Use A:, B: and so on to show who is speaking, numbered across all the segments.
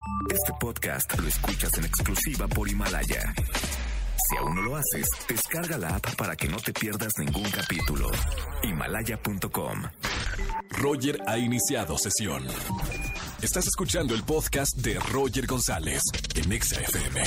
A: Este podcast lo escuchas en exclusiva por Himalaya. Si aún no lo haces, descarga la app para que no te pierdas ningún capítulo. Himalaya.com.
B: Roger ha iniciado sesión. Estás escuchando el podcast de Roger González en Exa FM.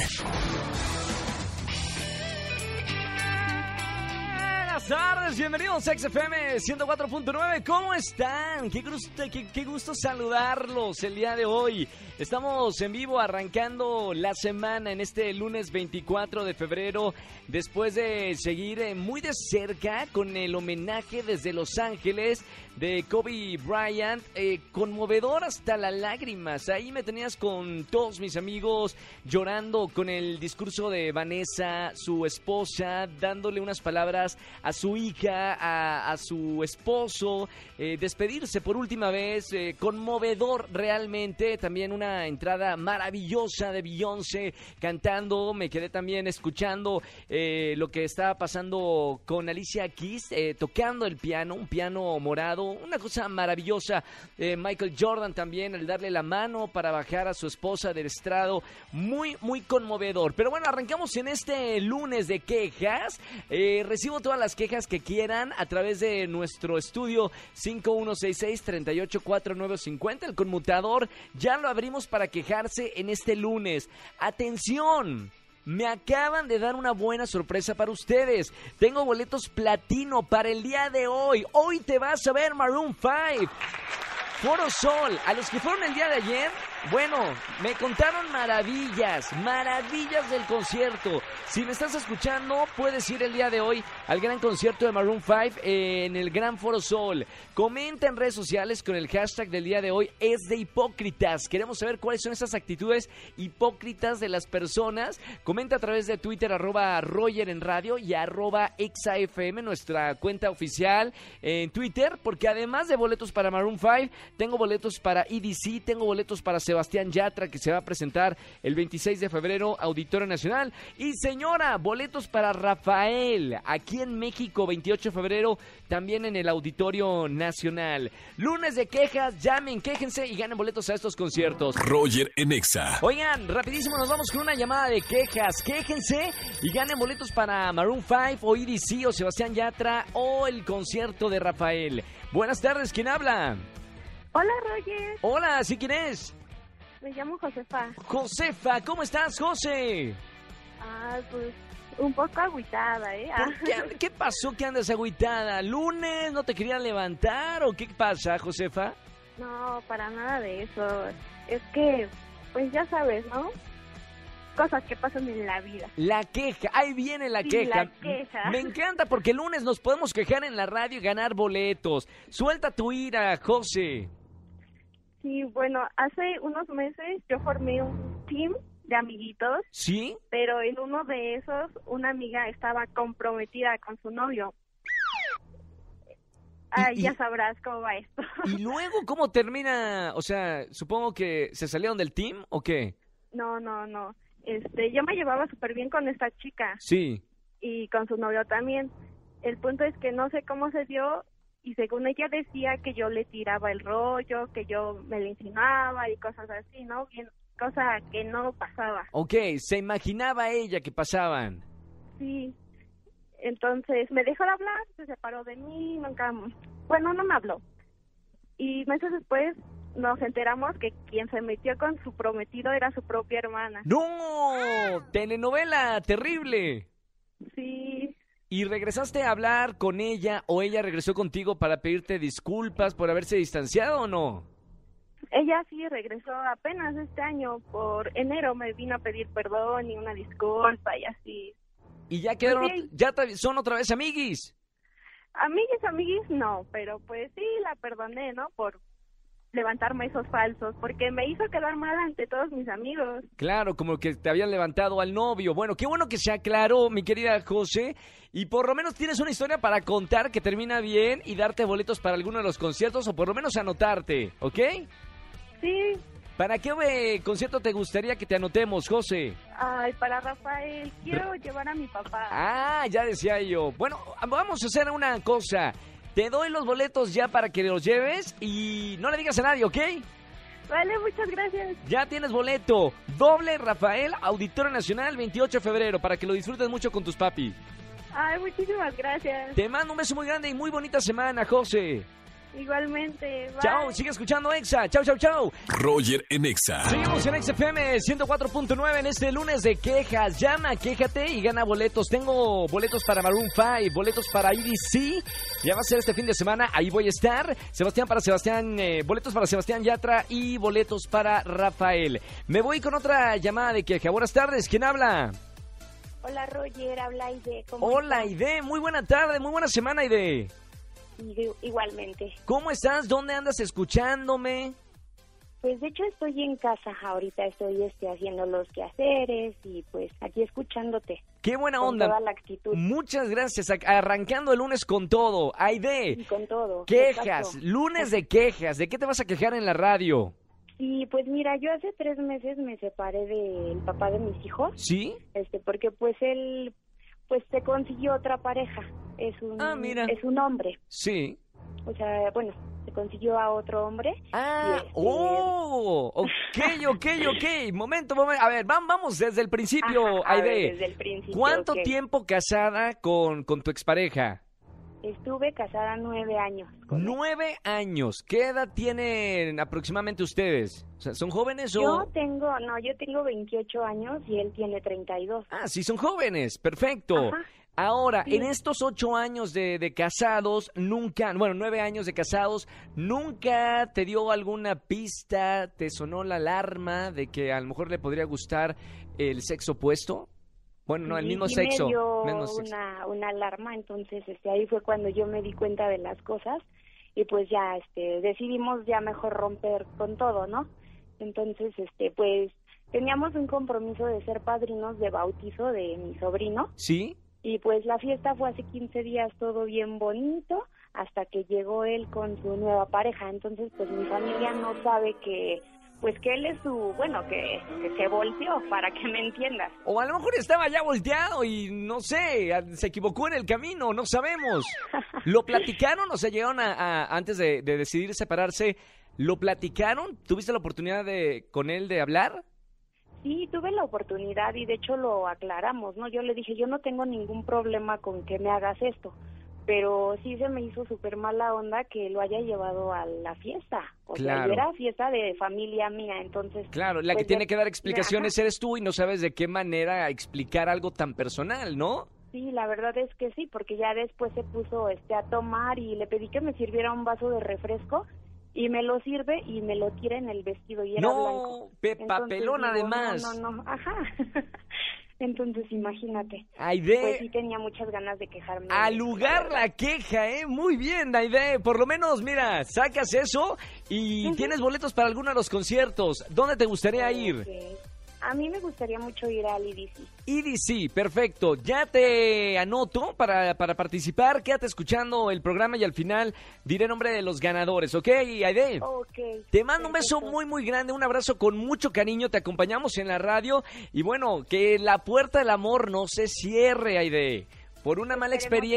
C: Buenas tardes, bienvenidos a XFM 104.9. ¿Cómo están? Qué gusto saludarlos el día de hoy. Estamos en vivo arrancando la semana en este lunes 24 de febrero, después de seguir muy de cerca con el homenaje desde Los Ángeles de Kobe Bryant, conmovedor hasta las lágrimas. Ahí me tenías con todos mis amigos llorando con el discurso de Vanessa, su esposa, dándole unas palabras a su hija, a su esposo, despedirse por última vez, conmovedor realmente. También una entrada maravillosa de Beyoncé cantando. Me quedé también escuchando lo que estaba pasando con Alicia Keys, tocando el piano, un piano morado, una cosa maravillosa. Michael Jordan también al darle la mano para bajar a su esposa del estrado, muy conmovedor. Pero bueno, arrancamos en este lunes de quejas. Recibo todas las quejas que quieran a través de nuestro estudio 5166-384950, el conmutador. Ya lo abrimos para quejarse en este lunes. ¡Atención! Me acaban de dar una buena sorpresa para ustedes. Tengo boletos platino para el día de hoy. Hoy te vas a ver Maroon 5. Foro Sol. A los que fueron el día de ayer, bueno, me contaron maravillas del concierto. Si me estás escuchando, puedes ir el día de hoy al gran concierto de Maroon 5 en el Gran Foro Sol. Comenta en redes sociales con el hashtag del día de hoy, es de hipócritas. Queremos saber cuáles son esas actitudes hipócritas de las personas. Comenta a través de Twitter, @Roger en radio y @ExaFM, nuestra cuenta oficial en Twitter, porque además de boletos para Maroon 5, tengo boletos para EDC, tengo boletos para Sebastián Yatra, que se va a presentar el 26 de febrero, Auditorio Nacional. Y señora, boletos para Rafael, aquí en México, 28 de febrero, también en el Auditorio Nacional. Lunes de quejas, llamen, quéjense y ganen boletos a estos conciertos.
B: Roger en Exa.
C: Oigan, rapidísimo, nos vamos con una llamada de quejas. Quéjense y ganen boletos para Maroon 5 o EDC o Sebastián Yatra o el concierto de Rafael. Buenas tardes, ¿quién habla?
D: Hola, Roger.
C: Hola, ¿sí quién es?
D: Me llamo Josefa.
C: Josefa, ¿cómo estás, José?
D: Pues un poco agüitada, ¿eh?
C: ¿Qué pasó que andas agüitada? ¿Lunes? ¿No te querían levantar o qué pasa, Josefa?
D: No, para nada de eso. Es que, pues ya sabes, ¿no? Cosas que pasan en la vida.
C: La queja, ahí viene la queja.
D: La queja.
C: Me encanta porque el lunes nos podemos quejar en la radio y ganar boletos. Suelta tu ira, José.
D: Sí, bueno, hace unos meses yo formé un team de amiguitos.
C: ¿Sí?
D: Pero en uno de esos, una amiga estaba comprometida con su novio. Ya sabrás cómo va esto.
C: ¿Y luego cómo termina? O sea, supongo que se salieron del team ¿o qué?
D: No. Yo me llevaba súper bien con esta chica.
C: Sí.
D: Y con su novio también. El punto es que no sé cómo se dio y según ella decía que yo le tiraba el rollo, que yo me le insinuaba y cosas así, ¿no? Bien, cosa que no pasaba.
C: Ok, se imaginaba ella que pasaban.
D: Sí. Entonces me dejó de hablar, se separó de mí, no me habló. Y meses después nos enteramos que quien se metió con su prometido era su propia hermana.
C: ¡No! ¡Telenovela! ¡Terrible!
D: Sí.
C: ¿Y regresaste a hablar con ella o ella regresó contigo para pedirte disculpas por haberse distanciado o no?
D: Ella sí regresó apenas este año, por enero me vino a pedir perdón y una disculpa y así.
C: ¿Y ya quedaron,
D: pues sí,
C: ya son otra vez amiguis?
D: Amiguis no, pero pues sí la perdoné, ¿no? Por levantarme esos falsos, porque me hizo quedar mal ante todos mis amigos.
C: Claro, como que te habían levantado al novio. Bueno, qué bueno que se aclaró, mi querida José, y por lo menos tienes una historia para contar que termina bien y darte boletos para alguno de los conciertos, o por lo menos anotarte, ¿ok?
D: Sí.
C: ¿Para qué concierto te gustaría que te anotemos, José?
D: Ay, para Rafael, quiero llevar a mi papá.
C: Ah, ya decía yo. Bueno, vamos a hacer una cosa. Te doy los boletos ya para que los lleves y no le digas a nadie, ¿ok?
D: Vale, muchas gracias.
C: Ya tienes boleto. Doble Rafael, Auditorio Nacional, 28 de febrero, para que lo disfrutes mucho con tus papi.
D: Ay, muchísimas gracias.
C: Te mando un beso muy grande y muy bonita semana, José.
D: Igualmente. Bye.
C: Chao, sigue escuchando Exa. Chao, chao, chao.
B: Roger en Exa.
C: Seguimos en XFM 104.9 en este lunes de quejas. Llama, quéjate y gana boletos. Tengo boletos para Maroon 5, boletos para EDC. Ya va a ser este fin de semana, ahí voy a estar. Boletos para Sebastián Yatra y boletos para Rafael. Me voy con otra llamada de queja. Buenas tardes, ¿quién habla?
E: Hola Roger, habla Aide. ¿Cómo
C: Hola,
E: estás?
C: Aide. Muy buena tarde, muy buena semana, Aide.
E: Igualmente.
C: ¿Cómo estás? ¿Dónde andas escuchándome?
E: Pues de hecho estoy en casa, ahorita estoy haciendo los quehaceres y pues aquí escuchándote.
C: Qué buena
E: con
C: onda.
E: toda la actitud.
C: Muchas gracias. Arrancando el lunes con todo. Aide,
E: Y con todo.
C: quejas,
E: exacto.
C: lunes de quejas. ¿De qué te vas a quejar en la radio?
E: Sí, pues mira, yo hace 3 meses me separé del papá de mis hijos,
C: ¿Sí?
E: porque pues él pues se consiguió otra pareja.
C: Mira.
E: Es un hombre.
C: Sí.
E: O sea, bueno, se consiguió a otro hombre.
C: Ah,
E: Y,
C: ok. Momento. A ver, vamos desde el principio,
E: Ajá, a ver,
C: Aide.
E: desde el principio.
C: ¿Cuánto
E: ok.
C: tiempo casada con tu expareja?
E: Estuve casada 9 años. con él.
C: 9 años. ¿Qué edad tienen aproximadamente ustedes? O sea, ¿son jóvenes o...?
E: Yo tengo 28 años y él tiene 32.
C: Ah, sí, son jóvenes. Perfecto.
E: Ajá.
C: Ahora,
E: Sí.
C: en estos 8 años de casados, 9 años de casados, ¿nunca te dio alguna pista, te sonó la alarma de que a lo mejor le podría gustar el sexo opuesto? Bueno, no, el mismo
E: Sí
C: sexo.
E: me dio
C: mismo sexo.
E: una alarma, entonces ahí fue cuando yo me di cuenta de las cosas y pues ya decidimos ya mejor romper con todo, ¿no? Entonces pues teníamos un compromiso de ser padrinos de bautizo de mi sobrino.
C: ¿Sí?
E: Y pues la fiesta fue hace 15 días, todo bien bonito, hasta que llegó él con su nueva pareja. Entonces, pues mi familia no sabe que él es que se volteó, para que me entiendas.
C: O a lo mejor estaba ya volteado y no sé, se equivocó en el camino, no sabemos. ¿Lo platicaron? O sea, llegaron antes de decidir separarse, ¿lo platicaron? ¿Tuviste la oportunidad con él de hablar?
E: Sí, tuve la oportunidad y de hecho lo aclaramos, ¿no? Yo le dije, yo no tengo ningún problema con que me hagas esto, pero sí se me hizo súper mala onda que lo haya llevado a la fiesta. O
C: Claro.
E: sea, era fiesta de familia mía, entonces...
C: Claro, la que
E: pues,
C: tiene que dar explicaciones
E: ajá.
C: eres tú y no sabes de qué manera explicar algo tan personal, ¿no?
E: Sí, la verdad es que sí, porque ya después se puso a tomar y le pedí que me sirviera un vaso de refresco y me lo sirve y me lo tira en el vestido y era blanco.
C: Papelón además.
E: No, ajá. Entonces, imagínate.
C: Aide,
E: Pues sí tenía muchas ganas de quejarme. de
C: al
E: eso,
C: lugar
E: verdad.
C: la queja, Muy bien, Aide. Por lo menos, mira, sacas eso y
E: Ujú.
C: tienes boletos para alguno de los conciertos. ¿Dónde te gustaría ir?
E: Ok. A mí me gustaría mucho ir al IDC.
C: EDC, perfecto. Ya te anoto para participar. Quédate escuchando el programa y al final diré el nombre de los ganadores, ¿ok, Aide?
E: Ok.
C: Te mando un beso
E: perfecto.
C: muy, muy grande, un abrazo con mucho cariño. Te acompañamos en la radio y bueno, que la puerta del amor no se cierre, Aide. Por una mala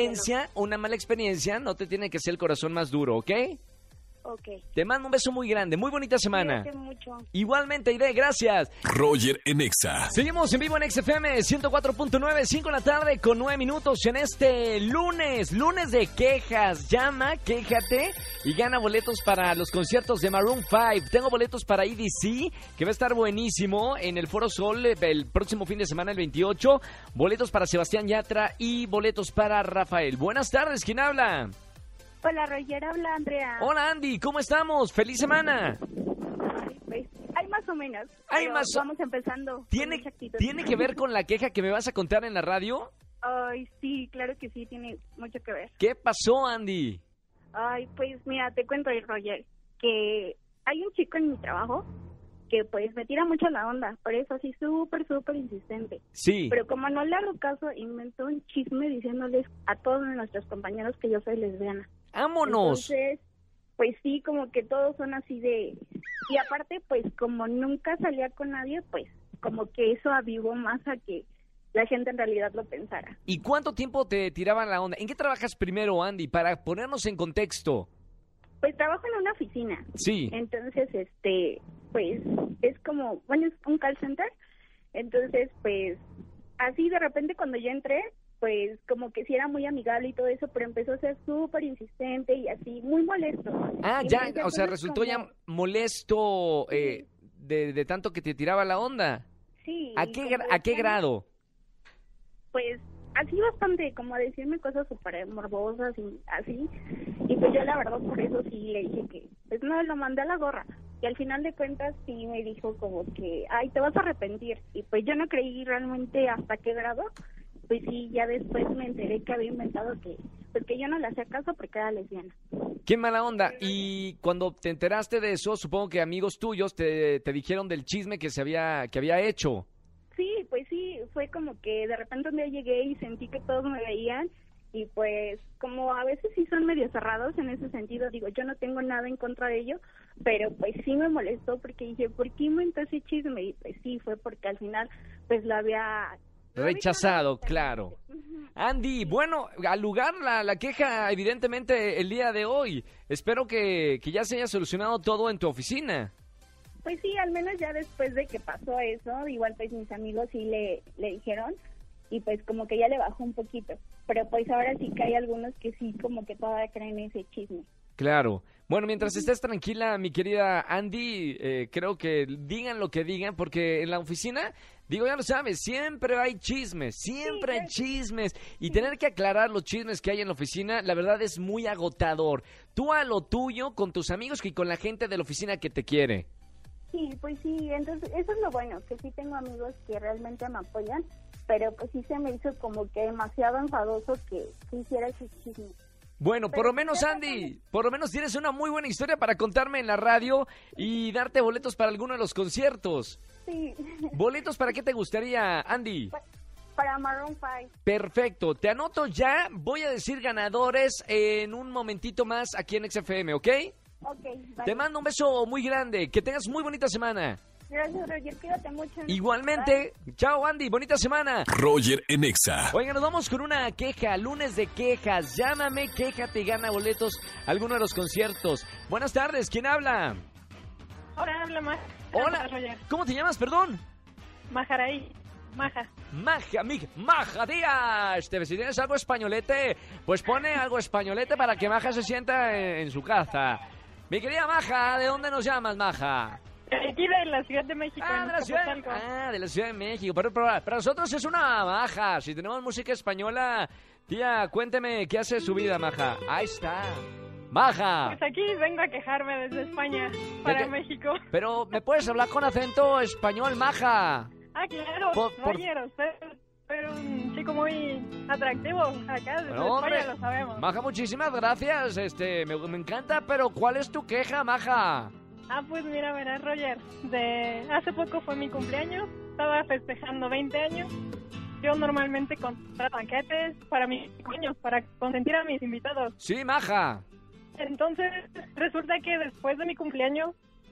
C: experiencia, no te tiene que ser el corazón más duro, ¿ok?
E: Ok.
C: Te mando un beso muy grande, muy bonita semana.
E: Cuídate mucho.
C: Igualmente, Aide, gracias.
B: Roger en Exa.
C: Seguimos en vivo en XFM 104.9, 5 de la tarde con 9 minutos en este lunes de quejas. Llama, quéjate y gana boletos para los conciertos de Maroon 5. Tengo boletos para EDC, que va a estar buenísimo en el Foro Sol el próximo fin de semana, el 28. Boletos para Sebastián Yatra y boletos para Rafael. Buenas tardes, ¿quién habla?
D: Hola, Roger, habla Andrea.
C: Hola, Andy, ¿cómo estamos? ¡Feliz semana!
D: Ay, pues, hay más o menos.
C: Hay
D: pero
C: más o-
D: Vamos empezando. con
C: ¿Tiene
D: mucha actitud.
C: que ver con la queja que me vas a contar en la radio?
D: Ay, sí, claro que sí, tiene mucho que ver.
C: ¿Qué pasó, Andy?
D: Ay, pues mira, te cuento, Roger, que hay un chico en mi trabajo que pues me tira mucho la onda, por eso así súper insistente.
C: Sí.
D: Pero como no le hago caso, inventó un chisme diciéndoles a todos nuestros compañeros que yo soy lesbiana.
C: ¡Vámonos!
D: Entonces, pues sí, como que todos son así de... Y aparte, pues como nunca salía con nadie, pues como que eso avivó más a que la gente en realidad lo pensara.
C: ¿Y cuánto tiempo te tiraban la onda? ¿En qué trabajas primero, Andy? Para ponernos en contexto.
D: Pues trabajo en una oficina.
C: Sí.
D: Entonces, pues es como, bueno, es un call center. Entonces, pues así de repente cuando yo entré, pues como que sí era muy amigable y todo eso, pero empezó a ser súper insistente y así, muy molesto.
C: Ah,
D: Y
C: ya,
D: me decía
C: o sea,
D: cosas
C: resultó
D: como-
C: ya molesto de tanto que te tiraba la onda.
D: Sí.
C: ¿A
D: y
C: qué,
D: como
C: a qué
D: decía,
C: grado?
D: Pues así bastante, como decirme cosas súper morbosas y así. Y pues yo la verdad por eso sí le dije que, pues no, lo mandé a la gorra. Y al final de cuentas sí me dijo como que, ay, te vas a arrepentir. Y pues yo no creí realmente hasta qué grado. Pues sí, ya después me enteré que había inventado que, pues que yo no le hacía caso porque era lesbiana.
C: Qué mala onda. Y cuando te enteraste de eso, supongo que amigos tuyos te dijeron del chisme que había hecho.
D: Sí, pues sí, fue como que de repente un día llegué y sentí que todos me veían y pues como a veces sí son medio cerrados en ese sentido, digo, yo no tengo nada en contra de ello, pero pues sí me molestó porque dije, ¿por qué inventó ese chisme? Y pues sí, fue porque al final pues lo había...
C: Rechazado, claro. Andy, bueno, al lugar la queja evidentemente el día de hoy. Espero que ya se haya solucionado todo en tu oficina.
D: Pues sí, al menos ya después de que pasó eso, igual pues mis amigos sí le dijeron y pues como que ya le bajó un poquito. Pero pues ahora sí que hay algunos que sí como que todavía creen ese chisme.
C: Claro. Bueno, mientras estés tranquila, mi querida Andy, creo que digan lo que digan, porque en la oficina, digo, ya lo sabes, siempre hay chismes, siempre hay chismes. Y tener que aclarar los chismes que hay en la oficina, la verdad es muy agotador. Tú a lo tuyo, con tus amigos y con la gente de la oficina que te quiere.
D: Sí, pues sí, entonces eso es lo bueno, que sí tengo amigos que realmente me apoyan, pero pues sí se me hizo como que demasiado enfadoso que hiciera ese chisme.
C: Bueno, por lo menos, Andy, por lo menos tienes una muy buena historia para contarme en la radio y darte boletos para alguno de los conciertos.
D: Sí,
C: ¿Boletos para qué te gustaría, Andy?
D: para Maroon 5.
C: Perfecto, te anoto ya, voy a decir ganadores en un momentito más aquí en XFM, ¿ok?
D: Ok, vale.
C: Te mando un beso muy grande, que tengas muy bonita semana.
D: Gracias, Roger, cuídate mucho.
C: Igualmente, chao Andy, bonita semana.
B: Roger en Exa.
C: Oigan, nos vamos con una queja, lunes de quejas. Llámame, quéjate y gana boletos a alguno de los conciertos. Buenas tardes, ¿quién habla?
F: Ahora habla Maja.
C: Hola,
F: Roger.
C: ¿cómo te llamas, perdón?
F: Majaraí. Maja.
C: Maja Díaz. Si tienes algo españolete, pues pone algo españolete para que Maja se sienta en su casa. Mi querida Maja, ¿de dónde nos llamas, Maja?
F: Aquí de la Ciudad de México.
C: Ah,
F: en
C: de la ciudad,
F: Azcapotzalco.
C: de la Ciudad de México. Pero para nosotros es una Maja. Si tenemos música española, tía, cuénteme qué hace su vida, Maja. Ahí está. Maja.
F: Pues aquí vengo a quejarme desde España para
C: qué?
F: México.
C: Pero, ¿me puedes hablar con acento español, Maja?
F: Ah, claro.
C: Por-
F: Roger, usted es un chico muy atractivo acá desde
C: Bueno, hombre,
F: España, lo sabemos.
C: Maja, muchísimas gracias. Me encanta, pero ¿cuál es tu queja, Maja?
F: Ah, pues mira, verás, Roger, hace poco fue mi cumpleaños, estaba festejando 20 años. Yo normalmente compro banquetes para mis cumpleaños, para consentir a mis invitados.
C: Sí, Maja.
F: Entonces, resulta que después de mi cumpleaños,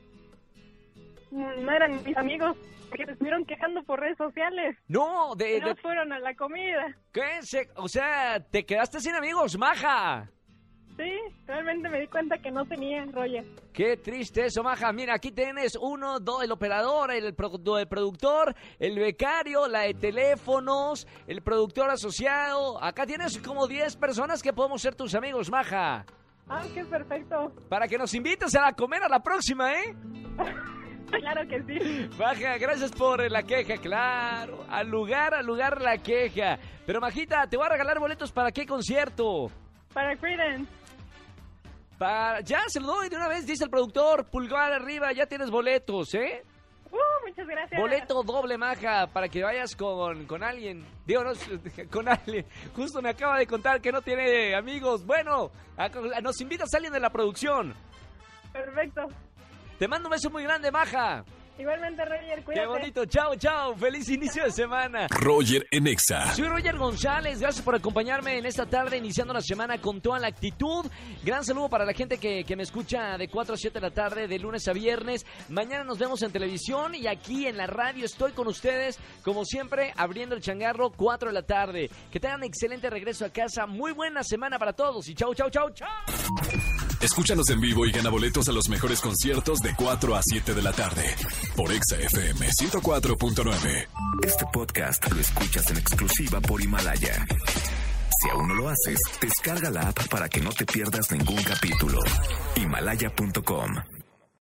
F: no eran mis amigos, que se estuvieron quejando por redes sociales.
C: No,
F: No fueron a la comida.
C: ¿qué? O sea, te quedaste sin amigos, Maja.
F: Sí, realmente me di cuenta que no tenía, Roger.
C: Qué triste eso, Maja. Mira, aquí tienes uno, dos, el operador, el productor, el becario, la de teléfonos, el productor asociado. Acá tienes como 10 personas que podemos ser tus amigos, Maja.
F: Ah, qué perfecto.
C: Para que nos invites a comer a la próxima, ¿eh?
F: Claro que sí.
C: Maja, gracias por la queja, claro. Al lugar la queja. Pero, Majita, te voy a regalar boletos para qué concierto.
F: Para Creedence.
C: Ya se lo doy de una vez, dice el productor. Pulgar arriba, ya tienes boletos, ¿eh?
F: Muchas gracias.
C: Boleto doble, Maja, para que vayas con alguien. Digo, no, con alguien. Justo me acaba de contar que no tiene amigos. Bueno, nos invitas a alguien de la producción.
F: Perfecto.
C: Te mando un beso muy grande, Maja.
F: Igualmente, Roger, cuídate.
C: Qué bonito. Chao, chao. Feliz inicio de semana.
B: Roger en Exa.
C: Soy Roger González, gracias por acompañarme en esta tarde, iniciando la semana con toda la actitud. Gran saludo para la gente que me escucha de 4 a 7 de la tarde, de lunes a viernes. Mañana nos vemos en televisión y aquí en la radio estoy con ustedes, como siempre, abriendo el changarro, 4 de la tarde. Que tengan excelente regreso a casa, muy buena semana para todos y chau, chau, chau, chau.
B: Escúchanos en vivo y gana boletos a los mejores conciertos de 4 a 7 de la tarde por Exa FM 104.9.
A: Este podcast lo escuchas en exclusiva por Himalaya. Si aún no lo haces, descarga la app para que no te pierdas ningún capítulo. Himalaya.com